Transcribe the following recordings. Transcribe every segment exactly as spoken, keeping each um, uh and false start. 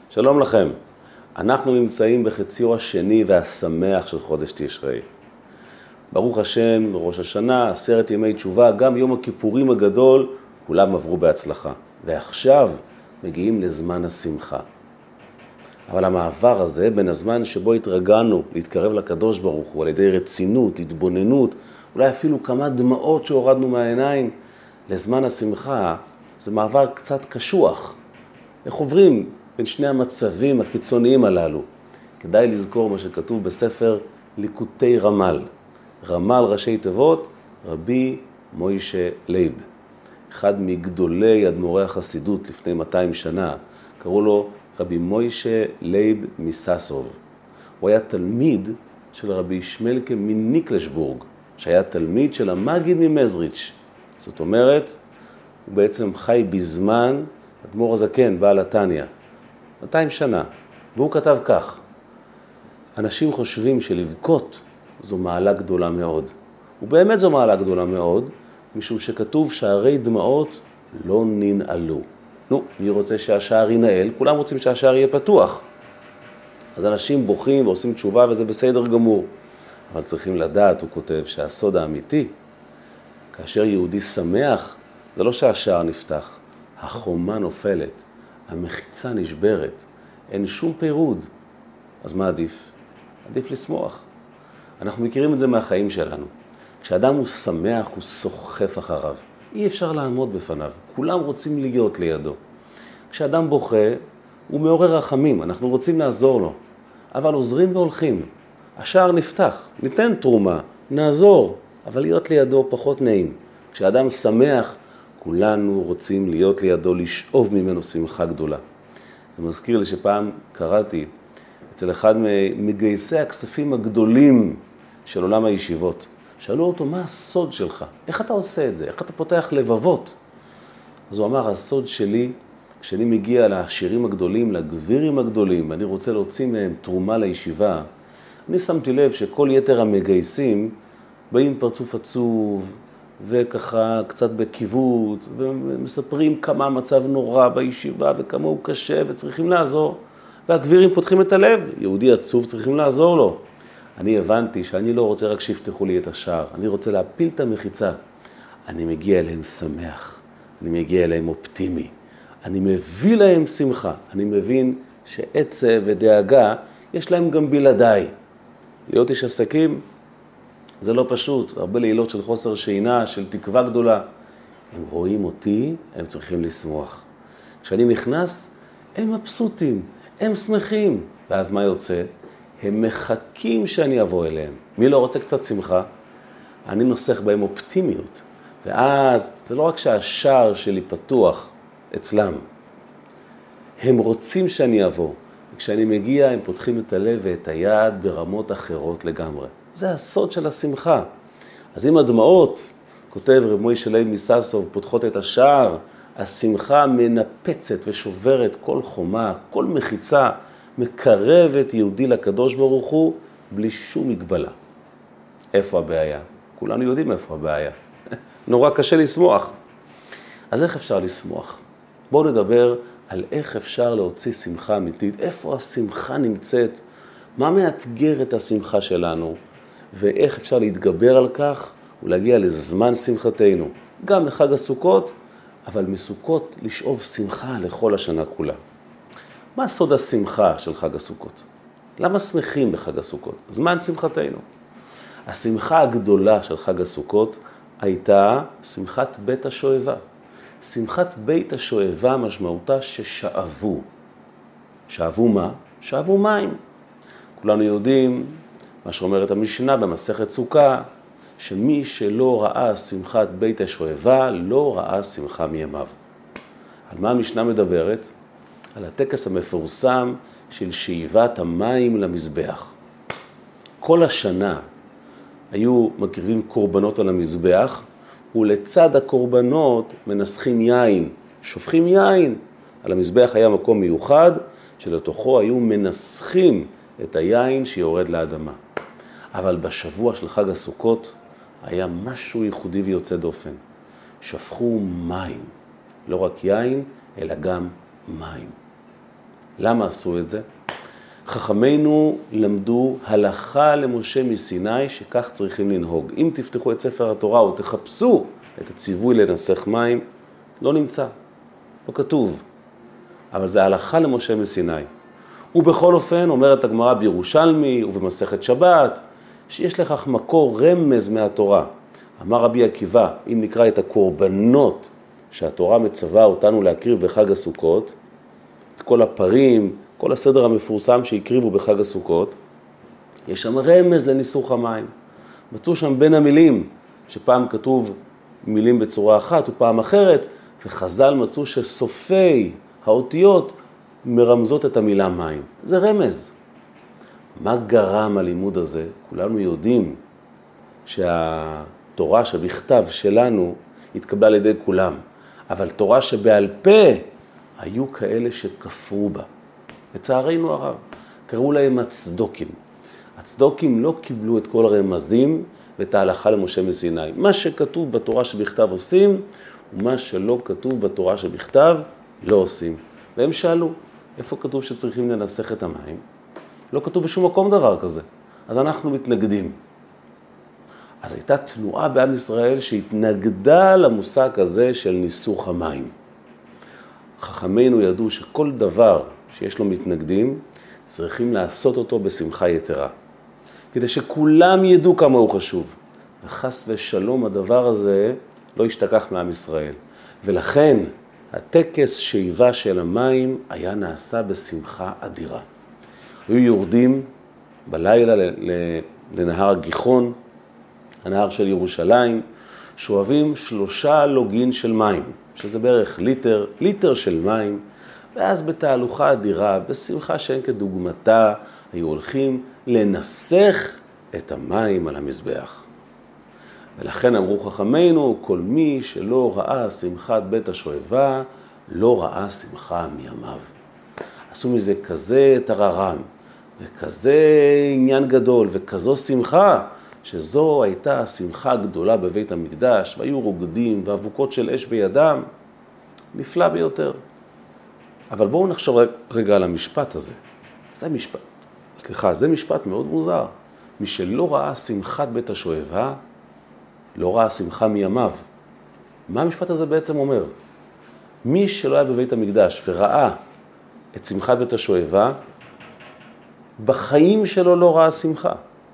שלום לכם. אנחנו נמצאים בחציו השני והשמח של חודש תשרי. ברוך השם, ראש השנה, עשרת ימי תשובה, גם יום הכיפורים הגדול, כולם עברו בהצלחה. ועכשיו מגיעים לזמן השמחה. אבל המעבר הזה, בין הזמן שבו התרגלנו להתקרב לקדוש ברוך הוא, על ידי רצינות, התבוננות, אולי אפילו כמה דמעות שהורדנו מהעיניים, לזמן השמחה, זה מעבר קצת קשוח. איך עוברים בין שני המצבים הקיצוניים הללו? כדאי לזכור מה שכתוב בספר ליקוטי רמל. רמל ראשי תיבות, רבי מוישה לייב. אחד מגדולי אדמו"רי החסידות לפני מאתיים שנה, קראו לו רבי מוישה לייב מססוב. הוא היה תלמיד של רבי שמלקה מניקלשבורג, שהיה תלמיד של המגיד ממזריץ'. זאת אומרת, הוא בעצם חי בזמן אדמו"ר הזקן, בעל התניא, מאתיים שנה. והוא כתב כך: אנשים חושבים שלבכות זו מעלה גדולה מאוד. ובאמת זו מעלה גדולה מאוד, משום שכתוב שערי דמעות לא ננעלו. נו, מי רוצה שהשער ינעל? כולם רוצים שהשער יהיה פתוח. אז אנשים בוכים ועושים תשובה וזה בסדר גמור. אבל צריכים לדעת, הוא כותב, שהסוד האמיתי, כאשר יהודי שמח, זה לא שהשער נפתח, החומה נופלת, המחיצה נשברת, אין שום פירוד. אז מה עדיף? עדיף לשמוח. אנחנו מכירים את זה מהחיים שלנו. כשאדם הוא שמח, הוא סוחף אחריו. אי אפשר לעמוד בפניו. כולם רוצים להיות לידו. כשאדם בוכה, הוא מעורר רחמים. אנחנו רוצים לעזור לו. אבל עוזרים והולכים. השער נפתח. ניתן תרומה. נעזור. אבל להיות לידו פחות נעים. כשאדם שמח, כולנו רוצים להיות לידו, לשאוב ממנו שמחה גדולה. זה מזכיר לי שפעם קראתי אצל אחד מגייסי הכספים הגדולים של עולם הישיבות. שאלו אותו, מה הסוד שלך? איך אתה עושה את זה? איך אתה פותח לבבות? אז הוא אמר, הסוד שלי, כשאני מגיע לעשירים הגדולים, לגבירים הגדולים, ואני רוצה להוציא מהם תרומה לישיבה, אני שמתי לב שכל יתר המגייסים באים פרצוף עצוב, וככה קצת בקיבוץ, ומספרים כמה המצב נורא בישיבה, וכמה הוא קשה, וצריכים לעזור. והגבירים פותחים את הלב, יהודי עצוב צריכים לעזור לו. אני הבנתי שאני לא רוצה רק שיפתחו לי את השער, אני רוצה להפיל את המחיצה. אני מגיע אליהם שמח, אני מגיע אליהם אופטימי, אני מביא להם שמחה, אני מבין שעצב ודאגה יש להם גם בלעדיי. להיות איש עסקים זה לא פשוט, הרבה לילות של חוסר שינה, של תקווה גדולה. הם רואים אותי, הם צריכים לשמוח. כשאני נכנס, הם מבסוטים, הם שמחים. ואז מה יוצא? הם מחכים שאני אבוא אליהם. מי לא רוצה קצת שמחה? אני נוסח בהם אופטימיות. ואז זה לא רק שהשער שלי פתוח אצלם. הם רוצים שאני אבוא. וכשאני מגיע, הם פותחים את הלב ואת היד ברמות אחרות לגמרי. זה הסוד של השמחה. אז אם הדמעות, כותב רב מוישה לייב מססוב, פותחות את השער, השמחה מנפצת ושוברת כל חומה, כל מחיצה, מקרבת יהודי לקדוש ברוך הוא בלי שום מגבלה. איפה הבעיה? כולנו יודעים איפה הבעיה. נורא קשה לשמוח. אז איך אפשר לשמוח? בואו נדבר על איך אפשר להוציא שמחה אמיתית. איפה השמחה נמצאת? מה מאתגר את השמחה שלנו? ואיך אפשר להתגבר על כך ולהגיע לזמן שמחתנו. גם לחג הסוכות, אבל מסוכות לשאוב שמחה לכל השנה כולה. מה סוד השמחה של חג הסוכות? למה שמחים בחג הסוכות? זמן שמחתנו. השמחה הגדולה של חג הסוכות הייתה שמחת בית השואבה. שמחת בית השואבה משמעותה ששאבו. שאבו מה? שאבו מים. כולנו יודעים מה שאומרת המשנה במסכת סוכה, שמי שלא ראה שמחת בית השואבה לא ראה שמחה מימיו. על מה המשנה מדברת? על הטקס המפורסם של שאיבת המים למזבח. כל השנה היו מקריבים קורבנות על המזבח, ולצד הקורבנות מנסחים יין, שופכים יין. על המזבח היה מקום מיוחד, שלתוכו היו מנסחים את היין שיורד לאדמה. אבל בשבוע של חג הסוכות היה משהו ייחודי ויוצא דופן. שפכו מים, לא רק יין, אלא גם מים. למה עשו את זה? חכמינו למדו הלכה למשה מסיני שכך צריכים לנהוג. אם תפתחו את ספר התורה או תחפשו את הציווי לנסך מים, לא נמצא, לא כתוב. אבל זה הלכה למשה מסיני. ובכל אופן, אומרת הגמרא בירושלמי ובמסכת שבת, שיש לכך מקור רמז מהתורה. אמר רבי עקיבא, אם נקרא את הקורבנות שהתורה מצווה אותנו להקריב בחג הסוכות, את כל הפרים, כל הסדר המפורסם שהקריבו בחג הסוכות, יש שם רמז לניסוך המים. מצאו שם בין המילים, שפעם כתוב מילים בצורה אחת ופעם אחרת, וחז"ל מצאו שסופי האותיות מרמזות את המילה מים. זה רמז. מה גרם הלימוד הזה? כולנו יודעים שהתורה שבכתב שלנו התקבלה על ידי כולם, אבל תורה שבעל פה היו כאלה שכפרו בה. לצערנו הרב, קראו להם הצדוקים. הצדוקים לא קיבלו את כל הרמזים ואת ההלכה למשה מסיני. מה שכתוב בתורה שבכתב עושים, ומה שלא כתוב בתורה שבכתב לא עושים. והם שאלו, איפה כתוב שצריכים לנסח את המים? לא כתוב בשום מקום דבר כזה. אז אנחנו מתנגדים. אז הייתה תנועה בעם ישראל שהתנגדה למושג הזה של ניסוך המים. חכמינו ידעו שכל דבר שיש לו מתנגדים, צריכים לעשות אותו בשמחה יתרה. כדי שכולם ידעו כמה הוא חשוב. וחס ושלום הדבר הזה לא ישתכח מעם ישראל. ולכן הטקס שאיבה של המים היה נעשה בשמחה אדירה. היו יורדים בלילה לנהר הגיחון, הנהר של ירושלים, שואבים שלושה לוגין של מים, שזה בערך ליטר, ליטר של מים, ואז בתהלוכה אדירה, בשמחה שאין כדוגמתה, היו הולכים לנסך את המים על המזבח. ולכן אמרו חכמינו, כל מי שלא ראה שמחת בית השואבה, לא ראה שמחה מימיו. עשו מזה כזה טררם, וכזה עניין גדול, וכזו שמחה, שזו הייתה השמחה הגדולה בבית המקדש, והיו רוקדים ואבוקות של אש בידם, נפלא ביותר. אבל בואו נחשוב רגע על המשפט הזה. זה משפט, סליחה, זה משפט מאוד מוזר. מי שלא ראה שמחת בית השואבה, לא ראה שמחה מימיו. מה המשפט הזה בעצם אומר? מי שלא היה בבית המקדש וראה את שמחת בית השואבה, בחיים שלו לא ראה שמחה.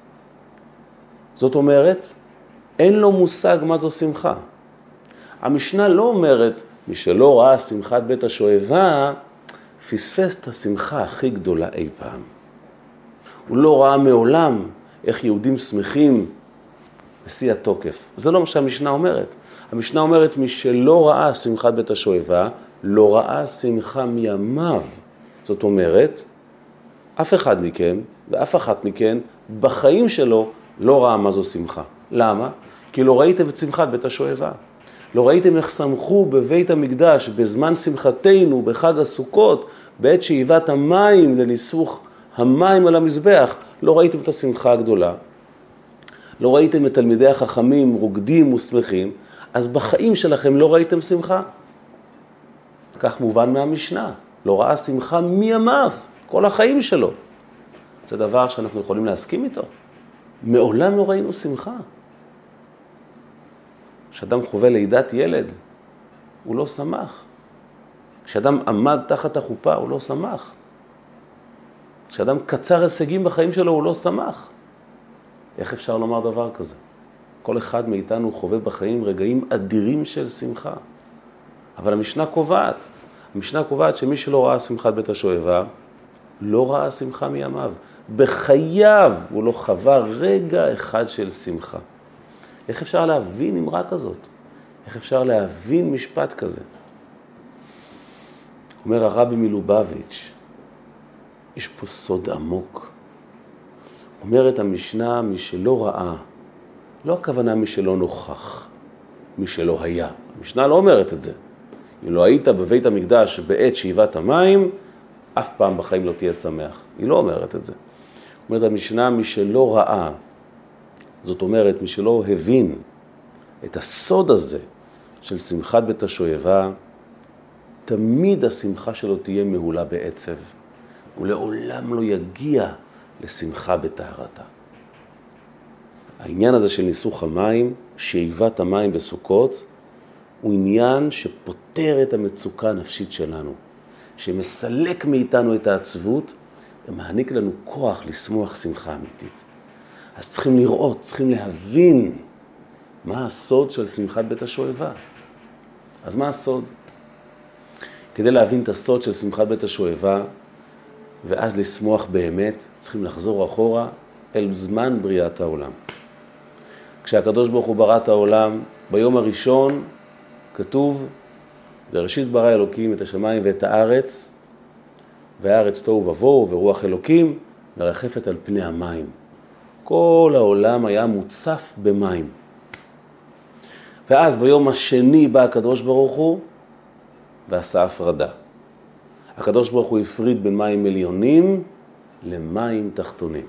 זאת אומרת, אין לו מושג מה זו שמחה. המשנה לא אומרת, מי שלא ראה שמחת בית השואבה, פספס את השמחה הכי גדולה אי פעם. הוא לא ראה מעולם איך יהודים שמחים בשיא התוקף. זה לא מה שהמשנה אומרת. המשנה אומרת, מי שלא ראה שמחת בית השואבה, לא ראה שמחה מימיו. זאת אומרת, אף אחד מכם ואף אחת מכן בחיים שלו לא ראה מה זו שמחה. למה? כי לא ראיתם את שמחת בית השואבה. לא ראיתם איך שמחו בבית המקדש בזמן שמחתנו בחג הסוכות, בעת שאיבת המים לניסוך המים על המזבח. לא ראיתם את השמחה הגדולה. לא ראיתם את תלמידי החכמים רוקדים ושמחים, אז בחיים שלכם לא ראיתם שמחה. כך מובן מהמשנה. לא ראה שמחה מימיו, כל החיים שלו. זה דבר שאנחנו יכולים להסכים איתו. מעולם לא ראינו שמחה. כשאדם חווה לידת ילד, הוא לא שמח. כשאדם עמד תחת החופה, הוא לא שמח. כשאדם קצר הישגים בחיים שלו, הוא לא שמח. איך אפשר לומר דבר כזה? כל אחד מאיתנו חווה בחיים רגעים אדירים של שמחה. אבל המשנה קובעת, המשנה קובעת שמי שלא ראה שמחת בית השואבה, לא ראה שמחה מימיו. בחייו הוא לא חווה רגע אחד של שמחה. איך אפשר להבין אמרה כזאת? איך אפשר להבין משפט כזה? אומר הרבי מלובביץ', יש פה סוד עמוק. אומרת המשנה, מי שלא ראה, לא הכוונה מי שלא נוכח, מי שלא היה. המשנה לא אומרת את זה. אם לא היית בבית המקדש בעת שאיבת המים, אף פעם בחיים לא תהיה שמח. היא לא אומרת את זה. אומרת המשנה, מי שלא ראה, זאת אומרת, מי שלא הבין את הסוד הזה של שמחת בית השואבה, תמיד השמחה שלו תהיה מהולה בעצב. הוא לעולם לא יגיע לשמחה בטהרתה. העניין הזה של ניסוך המים, שאיבת המים בסוכות, הוא עניין שפותר את המצוקה הנפשית שלנו, שמסלק מאיתנו את העצבות, ומעניק לנו כוח לשמוח שמחה אמיתית. אז צריכים לראות, צריכים להבין מה הסוד של שמחת בית השואבה. אז מה הסוד? כדי להבין את הסוד של שמחת בית השואבה, ואז לשמוח באמת, צריכים לחזור אחורה אל זמן בריאת העולם. כשהקדוש ברוך הוא ברא את העולם, ביום הראשון כתוב, בראשית ברא אלוקים את השמיים ואת הארץ, והארץ תוהו ובוהו ורוח אלוקים מרחפת על פני המים. כל העולם היה מוצף במים. ואז ביום השני בא הקדוש ברוך הוא ועשה הפרדה. הקדוש ברוך הוא הפריד בין מים עליונים למים תחתונים.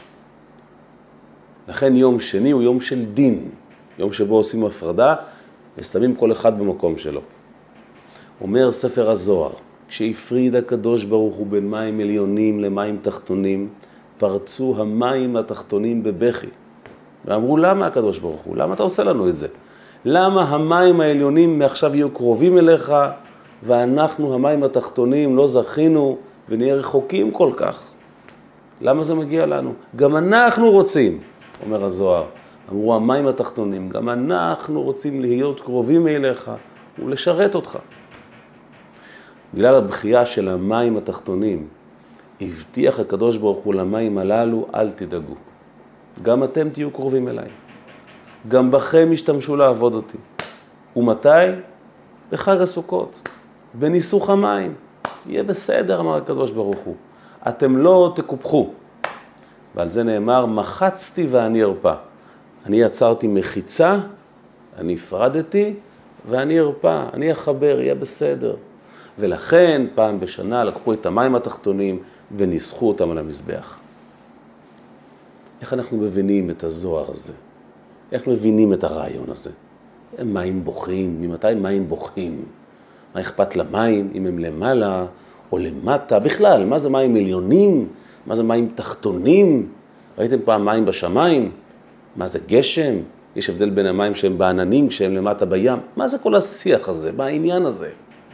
לכן יום שני הוא יום של דין, יום שבו עושים הפרדה ושמים כל אחד במקום שלו. אומר ספר הזוהר, כשהפריד הקדוש ברוך הוא בין מים עליונים למים תחתונים, פרצו המים התחתונים בבכי. ואמרו, למה הקדוש ברוך הוא? למה אתה עושה לנו את זה? למה המים העליונים מעכשיו יהיו קרובים אליך, ואנחנו המים התחתונים לא זכינו ונהיה רחוקים כל כך? למה זה מגיע לנו? גם אנחנו רוצים, אומר הזוהר. אמרו המים התחתונים, גם אנחנו רוצים להיות קרובים אליך ולשרת אותך. בגלל הבחייה של המים התחתונים, הבטיח הקדוש ברוך הוא למים הללו, אל תדאגו. גם אתם תהיו קרובים אליי. גם בכם ישתמשו לעבוד אותי. ומתי? בחג הסוכות. בניסוך המים. יהיה בסדר, אמר הקדוש ברוך הוא. אתם לא תקופחו. ועל זה נאמר, מחצתי ואני ארפא. אני יצרתי מחיצה, אני הפרדתי, ואני ארפא, אני אחבר, יהיה בסדר. ולכן פעם בשנה לקחו את המים התחתונים וניסחו אותם על המזבח. איך אנחנו מבינים את הזוהר הזה? איך מבינים את הרעיון הזה? הם מים בוכים, ממתי מים בוכים? מה אכפת למים, אם הם למעלה או למטה? בכלל, מה זה מים עליונים? מה זה מים תחתונים? ראיתם פעם מים בשמיים? מה זה גשם? יש הבדל בין המים שהם בעננים כשהם למטה בים. מה זה כל השיח הזה? מה העניין הזה?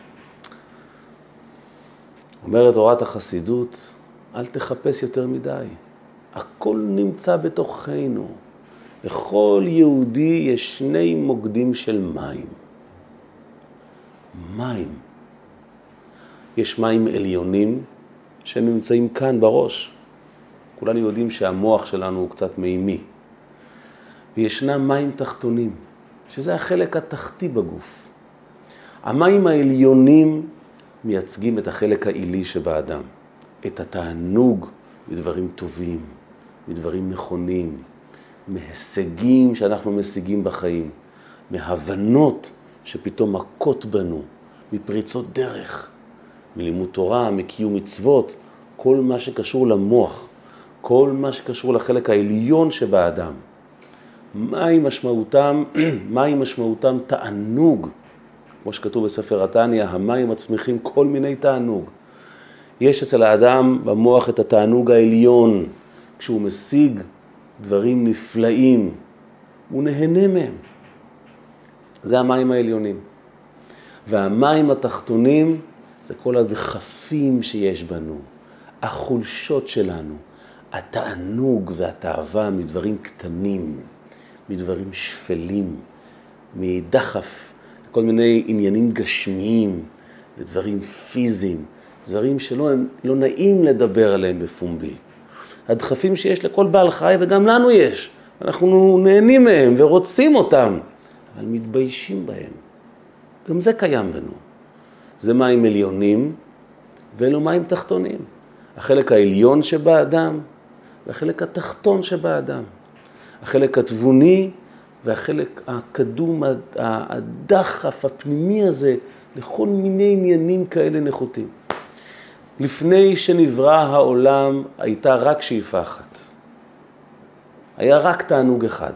אומרת תורת החסידות, אל תחפש יותר מדי. הכל נמצא בתוכנו. לכל יהודי יש שני מוקדים של מים. מים. יש מים עליונים שנמצאים כאן בראש. כולנו יודעים שהמוח שלנו הוא קצת מימי. וישנם מים תחתונים, שזה החלק התחתי בגוף. המים העליונים מייצגים את החלק העילי שבאדם, את התענוג מדברים טובים, מדברים נכונים, מהישגים שאנחנו משיגים בחיים, מהבנות שפתאום מכות בנו, מפריצות דרך, מלימוד תורה, מקיום מצוות, כל מה שקשור למוח, כל מה שקשור לחלק העליון שבאדם. מהי משמעותם? מהי משמעותם? תענוג. כמו שכתוב בספר התניא, המים מצמיחים כל מיני תענוג. יש אצל האדם במוח את התענוג העליון, כשהוא משיג דברים נפלאים, הוא נהנה מהם. זה המים העליונים. והמים התחתונים זה כל הדחפים שיש בנו, החולשות שלנו, התענוג והתאווה מדברים קטנים, מדברים שפלים, מדחף, כל מיני עניינים גשמיים, לדברים פיזיים, דברים שלא לא נעים לדבר עליהם בפומבי. הדחפים שיש לכל בעל חי וגם לנו יש. אנחנו נהנים מהם ורוצים אותם, אבל מתביישים בהם. גם זה קיים בנו. זה מים עליונים ואלו מים תחתונים. החלק העליון שבאדם והחלק התחתון שבאדם. החלק התבוני והחלק הקדום, הדחף הפנימי הזה, לכל מיני עניינים כאלה נחותים. לפני שנברא העולם הייתה רק שאיפה אחת. היה רק תענוג אחד.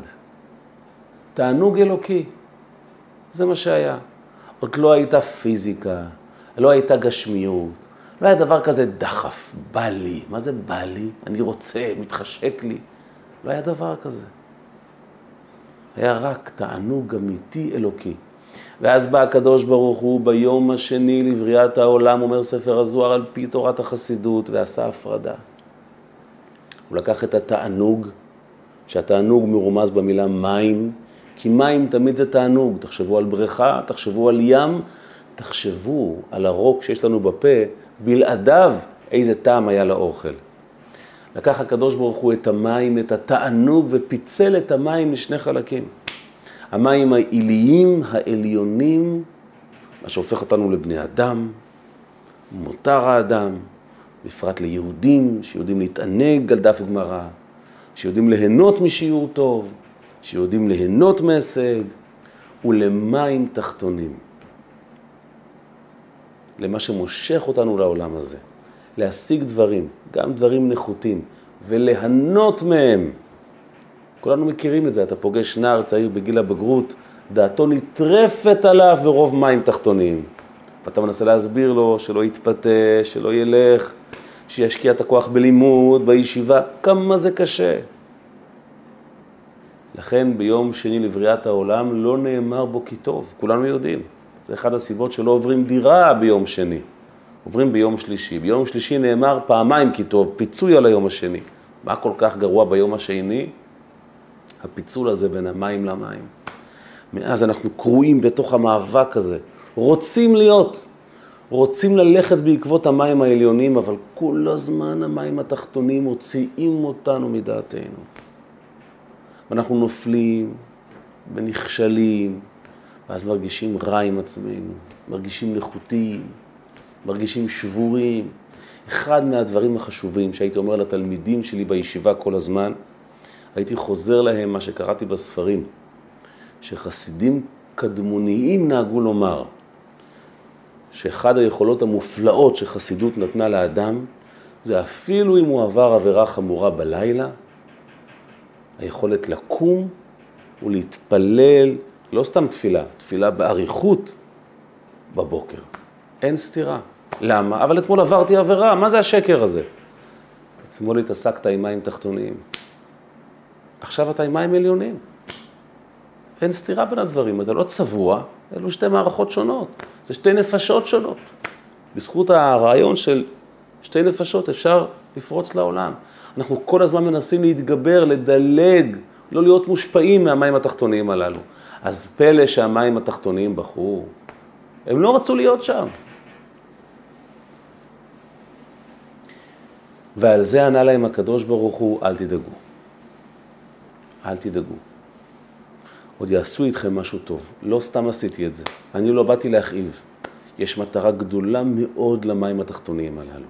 תענוג אלוקי. זה מה שהיה. עוד לא הייתה פיזיקה, לא הייתה גשמיות, לא היה דבר כזה דחף, בא לי. מה זה בא לי? אני רוצה, מתחשק לי. לא היה דבר כזה. היה רק תענוג אמיתי אלוקי. ואז בא הקדוש ברוך הוא ביום השני לבריאת העולם, אומר ספר הזוהר על פי תורת החסידות, ועשה הפרדה. הוא לקח את התענוג, שהתענוג מרומז במילה מים, כי מים תמיד זה תענוג. תחשבו על בריכה, תחשבו על ים, תחשבו על הרוק שיש לנו בפה, בלעדיו איזה טעם היה לאוכל. לקח הקדוש ברוך הוא את המים, את התענוג, ופיצל את המים לשני חלקים. המים העיליים, העליונים, מה שהופך אותנו לבני אדם, מותר האדם, בפרט ליהודים, שיודעים להתענג על דף גמרא, שיודעים ליהנות משיעור טוב, שיודעים ליהנות מהישג, ולמים תחתונים. למה שמושך אותנו לעולם הזה. להשיג דברים, גם דברים נחותים, וליהנות מהם. כולנו מכירים את זה, אתה פוגש נער צעיר בגיל הבגרות, דעתו נטרפת עליו ורוב מים תחתונים. ואתה מנסה להסביר לו שלא יתפתה, שלא ילך, שישקיע את הכוח בלימוד, בישיבה, כמה זה קשה. לכן ביום שני לבריאת העולם לא נאמר בו כי טוב, כולנו יודעים. זה אחד הסיבות שלא עוברים דירה ביום שני, עוברים ביום שלישי. ביום שלישי נאמר פעמיים כי טוב, פיצוי על היום השני. מה כל כך גרוע ביום השני? הפיצול הזה בין המים למים. מאז אנחנו קרועים בתוך המאבק הזה, רוצים להיות, רוצים ללכת בעקבות המים העליונים, אבל כל הזמן המים התחתונים מוציאים אותנו מדעתנו. ואנחנו נופלים ונכשלים, ואז מרגישים רע עם עצמנו, מרגישים נחותים, מרגישים שבורים. אחד מהדברים החשובים שהייתי אומר לתלמידים שלי בישיבה כל הזמן, הייתי חוזר להם מה שקראתי בספרים, שחסידים קדמוניים נהגו לומר, שאחד היכולות המופלאות שחסידות נתנה לאדם, זה אפילו אם הוא עבר עבירה חמורה בלילה, היכולת לקום ולהתפלל, לא סתם תפילה, תפילה בעריכות בבוקר. אין סתירה. למה? אבל אתמול עברתי עבירה, מה זה השקר הזה? אתמול התעסקת עם מים תחתוניים. עכשיו אתה עם מים עליונים. אין סתירה בין הדברים, אתה לא צבוע, אלו שתי מערכות שונות. זה שתי נפשות שונות. בזכות הרעיון של שתי נפשות אפשר לפרוץ לעולם. אנחנו כל הזמן מנסים להתגבר, לדלג, לא להיות מושפעים מהמים התחתוניים הללו. אז פלא שהמים התחתוניים בחרו. הם לא רצו להיות שם. ועל זה ענה להם הקדוש ברוך הוא, אל תדאגו. אל תדאגו. עוד יעשו איתכם משהו טוב. לא סתם עשיתי את זה. אני לא באתי להכאיב. יש מטרה גדולה מאוד למים התחתוניים הללו.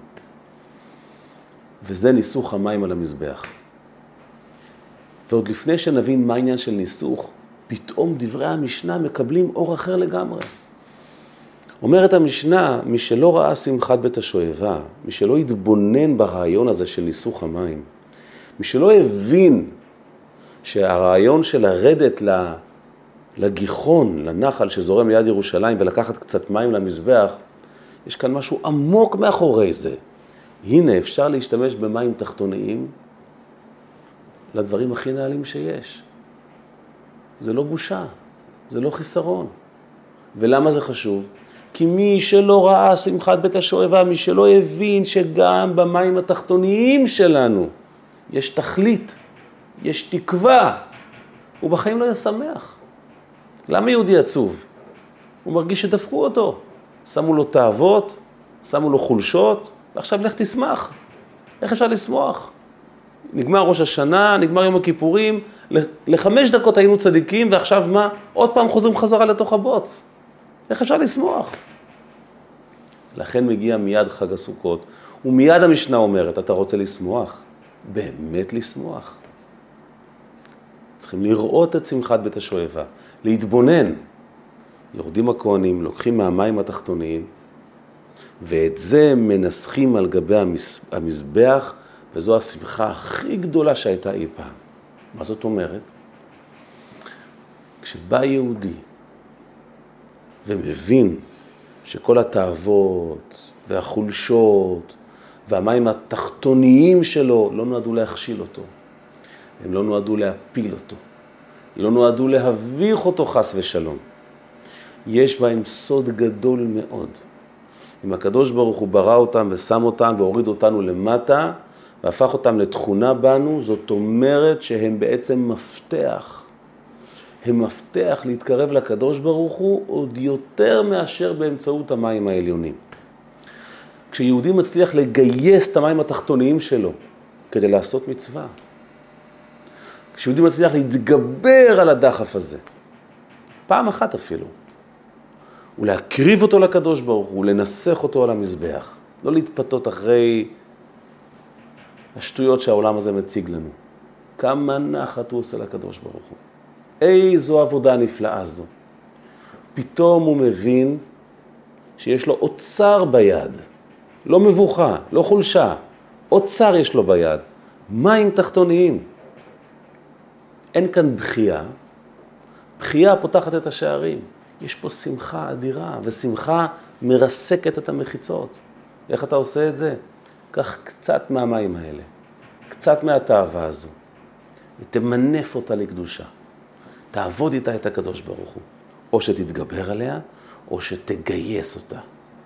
וזה ניסוך המים על המזבח. ועוד לפני שנבין מה העניין של ניסוך, פתאום דברי המשנה מקבלים אור אחר לגמרי. אומרת המשנה, מי שלא ראה שמחת בית השואבה, מי שלא התבונן ברעיון הזה של ניסוך המים, מי שלא הבין שהרעיון של לרדת לגיחון, לנחל שזורם ליד ירושלים ולקחת קצת מים למזבח, יש כאן משהו עמוק מאחורי זה. הנה, אפשר להשתמש במים תחתוניים לדברים הכי נעלים שיש. זה לא בושה, זה לא חיסרון. ולמה זה חשוב? כי מי שלא ראה שמחת בית השואבה, מי שלא הבין שגם במים התחתוניים שלנו יש תכלית, יש תקווה, הוא בחיים לא ישמח. למה יהודי עצוב? הוא מרגיש שדפקו אותו. שמו לו תאוות, שמו לו חולשות, ועכשיו לך תשמח. איך אפשר לשמוח? נגמר ראש השנה, נגמר יום הכיפורים, לחמש דקות היינו צדיקים, ועכשיו מה? עוד פעם חוזרים חזרה לתוך הבוץ. איך אפשר לשמוח? לכן מגיע מיד חג הסוכות, ומיד המשנה אומרת, אתה רוצה לשמוח? באמת לשמוח. צריכים לראות את שמחת בית השואבה, להתבונן. יורדים הכהנים, לוקחים מהמים התחתוניים, ואת זה מנסחים על גבי המזבח, וזו השמחה הכי גדולה שהייתה אי פעם. מה זאת אומרת? כשבא יהודי ומבין שכל התאוות והחולשות והמים התחתוניים שלו לא נועדו להכשיל אותו. הם לא נועדו להפיל אותו. לא נועדו להביך אותו חס ושלום. יש בהם סוד גדול מאוד. אם הקדוש ברוך הוא ברא אותם ושם אותם והוריד אותנו למטה, והפך אותם לתכונה בנו, זאת אומרת שהם בעצם מפתח. הם מפתח להתקרב לקדוש ברוך הוא עוד יותר מאשר באמצעות המים העליונים. כשיהודי מצליח לגייס את המים התחתוניים שלו כדי לעשות מצווה, כשיהודי מצליח להתגבר על הדחף הזה, פעם אחת אפילו, ולהקריב אותו לקדוש ברוך הוא, לנסח אותו על המזבח, לא להתפתות אחרי השטויות שהעולם הזה מציג לנו. כמה נחת הוא עושה לקדוש ברוך הוא. איזו עבודה נפלאה זו. פתאום הוא מבין שיש לו אוצר ביד, לא מבוכה, לא חולשה, אוצר יש לו ביד, מים תחתוניים. אין כאן בחייה, בחייה פותחת את השערים. יש פה שמחה אדירה, ושמחה מרסקת את המחיצות. איך אתה עושה את זה? קח קצת מהמים האלה, קצת מהתאווה הזו, ותמנף אותה לקדושה. תעבוד איתה את הקדוש ברוך הוא. או שתתגבר עליה, או שתגייס אותה.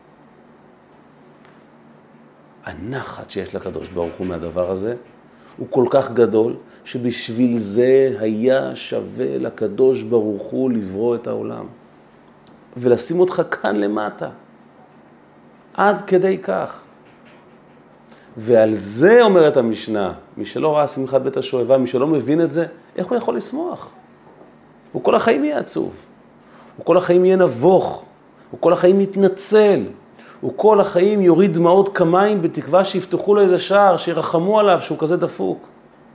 הנחת שיש לקדוש ברוך הוא מהדבר הזה, הוא כל כך גדול, שבשביל זה היה שווה לקדוש ברוך הוא לברוא את העולם. ולשים אותך כאן למטה. עד כדי כך. ועל זה אומרת המשנה, מי שלא ראה שמחת בית השואבה, מי שלא מבין את זה, איך הוא יכול לשמוח? הוא כל החיים יהיה עצוב. הוא כל החיים יהיה נבוך. הוא כל החיים יתנצל. הוא כל החיים יוריד דמעות כמיים בתקווה שיפתחו לו איזה שער, שירחמו עליו שהוא כזה דפוק.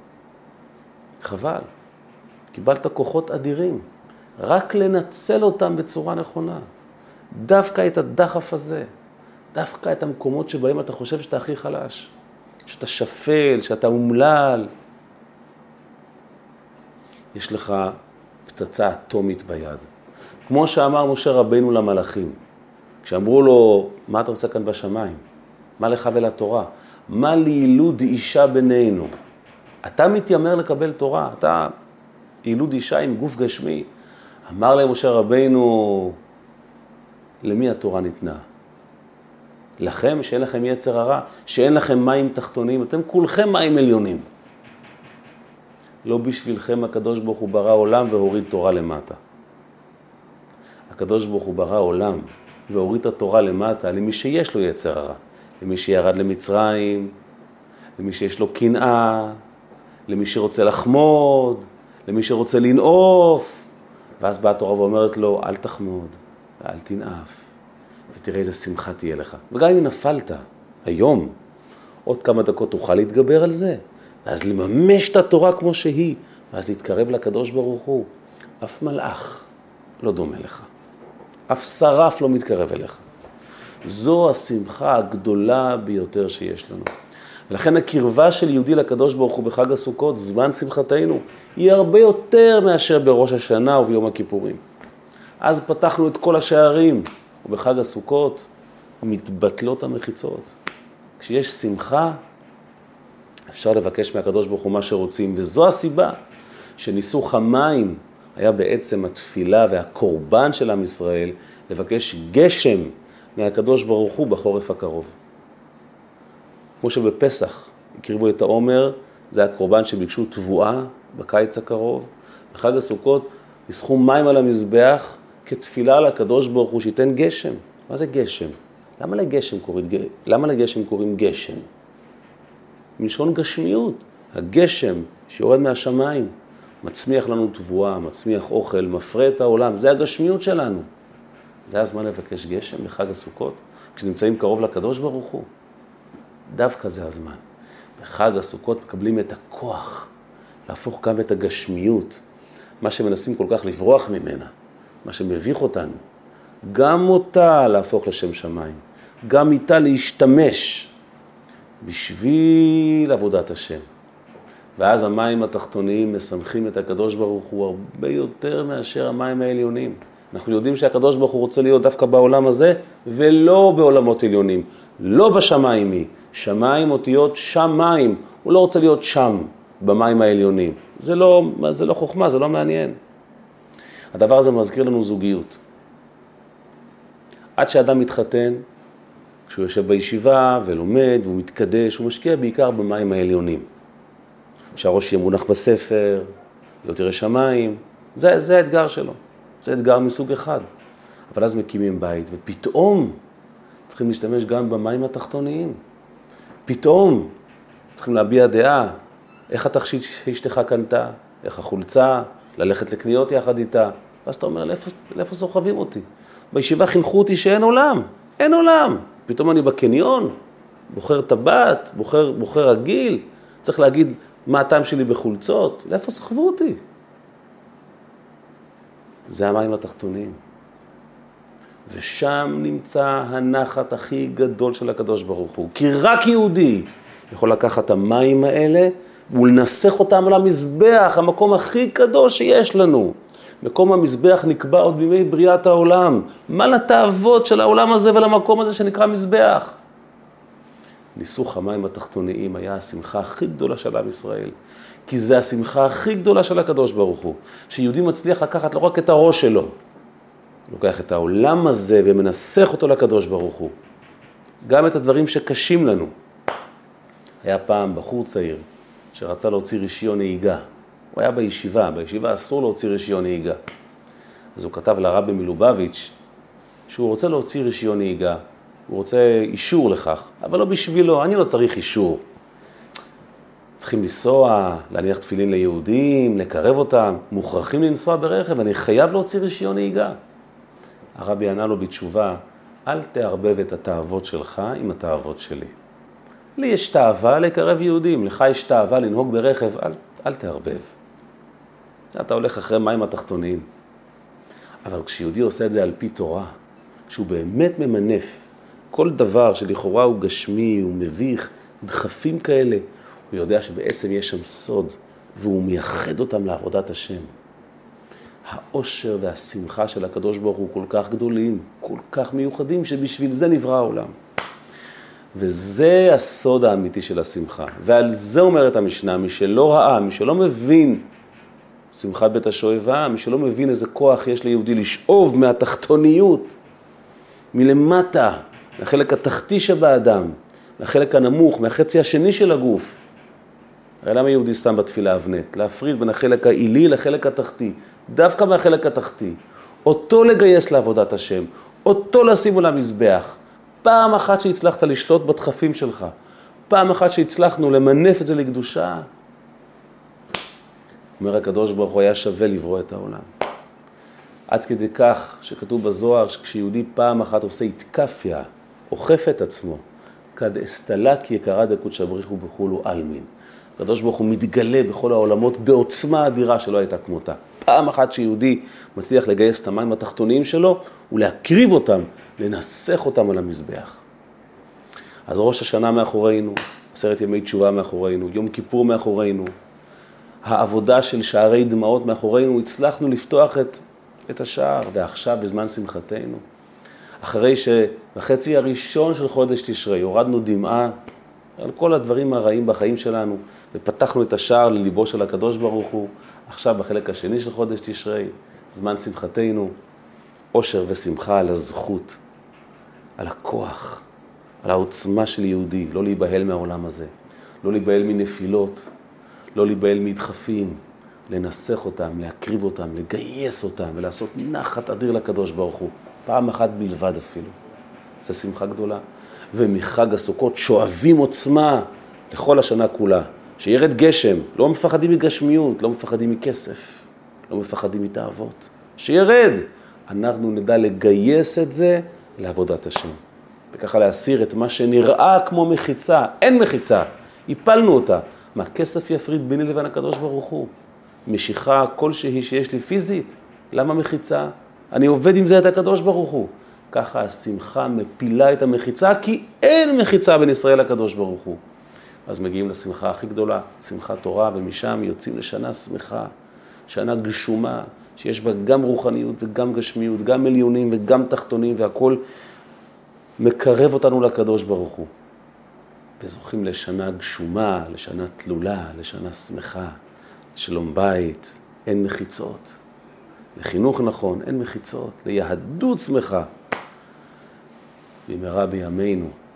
חבל. קיבלת כוחות אדירים. רק לנצל אותם בצורה נכונה. דווקא את הדחף הזה. דווקא את המקומות שבהם אתה חושב שאתה הכי חלש. שאתה שפל, שאתה מומלל. יש לך פצצה אטומית ביד. כמו שאמר משה רבינו למלאכים. כשאמרו לו, מה אתה עושה כאן בשמיים? מה לך ולתורה? מה לילוד אישה בינינו? אתה מתיימר לקבל תורה, אתה ילוד אישה עם גוף גשמי. אמר להם משה רבינו, למי התורה ניתנה? לכם שאין לכם יצר הרע, שאין לכם מים תחתונים, אתם כולכם מים עליונים. לא בשבילכם הקדוש ברוך הוא ברא עולם והוריד תורה למטה. הקדוש ברוך הוא ברא עולם והוריד את התורה למטה למי שיש לו יצר הרע, למי שירד למצרים, למי שיש לו קנאה, למי שרוצה לחמוד, למי שרוצה לנעוף. ואז באה התורה ואומרת לו, אל תחמוד ואל תנעף, ותראה איזה שמחה תהיה לך. וגם אם נפלת היום, עוד כמה דקות תוכל להתגבר על זה, ואז לממש את התורה כמו שהיא, ואז להתקרב לקדוש ברוך הוא. אף מלאך לא דומה לך. אף שרף לא מתקרב אליך. זו השמחה הגדולה ביותר שיש לנו. ולכן הקרבה של יהודי לקדוש ברוך הוא בחג הסוכות, זמן שמחתנו, היא הרבה יותר מאשר בראש השנה וביום הכיפורים. אז פתחנו את כל השערים, ובחג הסוכות מתבטלות המחיצות. כשיש שמחה, אפשר לבקש מהקדוש ברוך הוא מה שרוצים, וזו הסיבה שניסוך המים היה בעצם התפילה והקורבן של עם ישראל, לבקש גשם מהקדוש ברוך הוא בחורף הקרוב. כמו שבפסח הקריבו את העומר, זה הקורבן שביקשו תבואה בקיץ הקרוב. בחג הסוכות ניסחו מים על המזבח כתפילה לקדוש ברוך הוא שייתן גשם. מה זה גשם? למה לגשם קוראים, למה לגשם קוראים גשם? מלשון גשמיות. הגשם שיורד מהשמיים מצמיח לנו תבואה, מצמיח אוכל, מפרה את העולם. זה הגשמיות שלנו. זה הזמן לבקש גשם לחג הסוכות, כשנמצאים קרוב לקדוש ברוך הוא. דווקא זה הזמן. בחג הסוכות מקבלים את הכוח, להפוך גם את הגשמיות, מה שמנסים כל כך לברוח ממנה, מה שמביך אותנו, גם אותה להפוך לשם שמיים, גם איתה להשתמש בשביל עבודת השם. ואז המים התחתוניים משמחים את הקדוש ברוך הוא הרבה יותר מאשר המים העליונים. אנחנו יודעים שהקדוש ברוך הוא רוצה להיות דווקא בעולם הזה, ולא בעולמות עליונים. לא בשמיים היא, שמיים אותיות שמיים, הוא לא רוצה להיות שם, במים העליונים. זה לא, זה לא חוכמה, זה לא מעניין. הדבר הזה מזכיר לנו זוגיות. עד שאדם מתחתן, כשהוא יושב בישיבה ולומד והוא מתקדש, הוא משקיע בעיקר במים העליונים. שהראש יהיה מונח בספר, להיות ירא שמיים, זה, זה האתגר שלו. זה אתגר מסוג אחד. אבל אז מקימים בית, ופתאום צריכים להשתמש גם במים התחתוניים. פתאום צריכים להביע דעה, איך התכשיט שאשתך קנתה, איך החולצה, ללכת לקניות יחד איתה. ואז אתה אומר, לאיפה, לאיפה סוחבים אותי? בישיבה חינכו אותי שאין עולם, אין עולם. פתאום אני בקניון, בוחר טבעת, בוחר, בוחר רגיל, צריך להגיד מה הטעם שלי בחולצות, לאיפה סוחבו אותי? זה המים התחתוניים. ושם נמצא הנחת הכי גדול של הקדוש ברוך הוא. כי רק יהודי יכול לקחת את המים האלה ולנסח אותם על המזבח, המקום הכי קדוש שיש לנו. מקום המזבח נקבע עוד בימי בריאת העולם. מה לתאוות של העולם הזה ולמקום הזה שנקרא מזבח? ניסוך המים התחתוניים היה השמחה הכי גדולה של עם ישראל. כי זה השמחה הכי גדולה של הקדוש ברוך הוא. שיהודי מצליח לקחת לא רק את הראש שלו, לוקח את העולם הזה ומנסח אותו לקדוש ברוך הוא. גם את הדברים שקשים לנו. היה פעם בחור צעיר שרצה להוציא רישיון נהיגה. הוא היה בישיבה, בישיבה אסור להוציא רישיון נהיגה. אז הוא כתב לרבי מלובביץ' שהוא רוצה להוציא רישיון נהיגה. הוא רוצה אישור לכך, אבל לא בשבילו, אני לא צריך אישור. צריכים לנסוע, להניח תפילין ליהודים, לקרב אותם, מוכרחים לנסוע ברכב, אני חייב להוציא רישיון נהיגה. הרבי ענה לו בתשובה, אל תערבב את התאוות שלך עם התאוות שלי. לי יש תאווה לקרב יהודים, לך יש תאווה לנהוג ברכב, אל, אל תערבב. אתה הולך אחרי מים התחתוניים. אבל כשיהודי עושה את זה על פי תורה, כשהוא באמת ממנף, כל דבר שלכאורה הוא גשמי, הוא מביך, דחפים כאלה, הוא יודע שבעצם יש שם סוד, והוא מייחד אותם לעבודת השם. האושר והשמחה של הקדוש ברוך הוא כל כך גדולים, כל כך מיוחדים, שבשביל זה נברא העולם. וזה הסוד האמיתי של השמחה. ועל זה אומרת המשנה, מי שלא ראה, מי שלא מבין שמחת בית השואבה, מי שלא מבין איזה כוח יש ליהודי לשאוב מהתחתוניות, מלמטה, מהחלק התחתי שבאדם, מהחלק הנמוך, מהחצי השני של הגוף. הרי למה יהודי שם בתפילה אבנת? להפריד בין החלק העילי לחלק התחתי. דווקא מהחלק התחתי. אותו לגייס לעבודת השם. אותו לשים על המזבח. פעם אחת שהצלחת לשלוט בדחפים שלך. פעם אחת שהצלחנו למנף את זה לקדושה. אומר הקדוש ברוך הוא היה שווה לברוא את העולם. עד כדי כך שכתוב בזוהר שכשיהודי פעם אחת עושה התקפיה, אוכף את עצמו, כד אסתלק יקרא דקודשא בריך ובכולו אלמין. הקדוש ברוך הוא מתגלה בכל העולמות בעוצמה אדירה שלא הייתה כמותה. פעם אחת שיהודי מצליח לגייס את המים התחתוניים שלו ולהקריב אותם, לנסח אותם על המזבח. אז ראש השנה מאחורינו, עשרת ימי תשובה מאחורינו, יום כיפור מאחורינו, העבודה של שערי דמעות מאחורינו, הצלחנו לפתוח את, את השער, ועכשיו בזמן שמחתנו, אחרי שבחצי הראשון של חודש תשרי הורדנו דמעה על כל הדברים הרעים בחיים שלנו, ופתחנו את השער לליבו של הקדוש ברוך הוא, עכשיו בחלק השני של חודש תשרי, זמן שמחתנו, אושר ושמחה על הזכות, על הכוח, על העוצמה של יהודי, לא להיבהל מהעולם הזה, לא להיבהל מנפילות, לא להיבהל מדחפים, לנסח אותם, להקריב אותם, לגייס אותם ולעשות נחת אדיר לקדוש ברוך הוא, פעם אחת בלבד אפילו. זו שמחה גדולה. ומחג הסוכות שואבים עוצמה לכל השנה כולה. שירד גשם, לא מפחדים מגשמיות, לא מפחדים מכסף, לא מפחדים מתאוות. שירד, אנחנו נדע לגייס את זה לעבודת השם. וככה להסיר את מה שנראה כמו מחיצה. אין מחיצה, הפלנו אותה. מה, כסף יפריד ביני לבין הקדוש ברוך הוא? משיכה כלשהי שיש לי פיזית? למה מחיצה? אני עובד עם זה את הקדוש ברוך הוא. ככה השמחה מפילה את המחיצה, כי אין מחיצה בין ישראל לקדוש ברוך הוא. אז מגיעים לשמחה הכי גדולה, שמחת תורה, ומשם יוצאים לשנה שמחה, שנה גשומה, שיש בה גם רוחניות וגם גשמיות, גם עליונים וגם תחתונים, והכל מקרב אותנו לקדוש ברוך הוא. וזוכים לשנה גשומה, לשנה תלולה, לשנה שמחה, לשלום בית, אין מחיצות. לחינוך נכון, אין מחיצות, ליהדות שמחה. במהרה בימינו.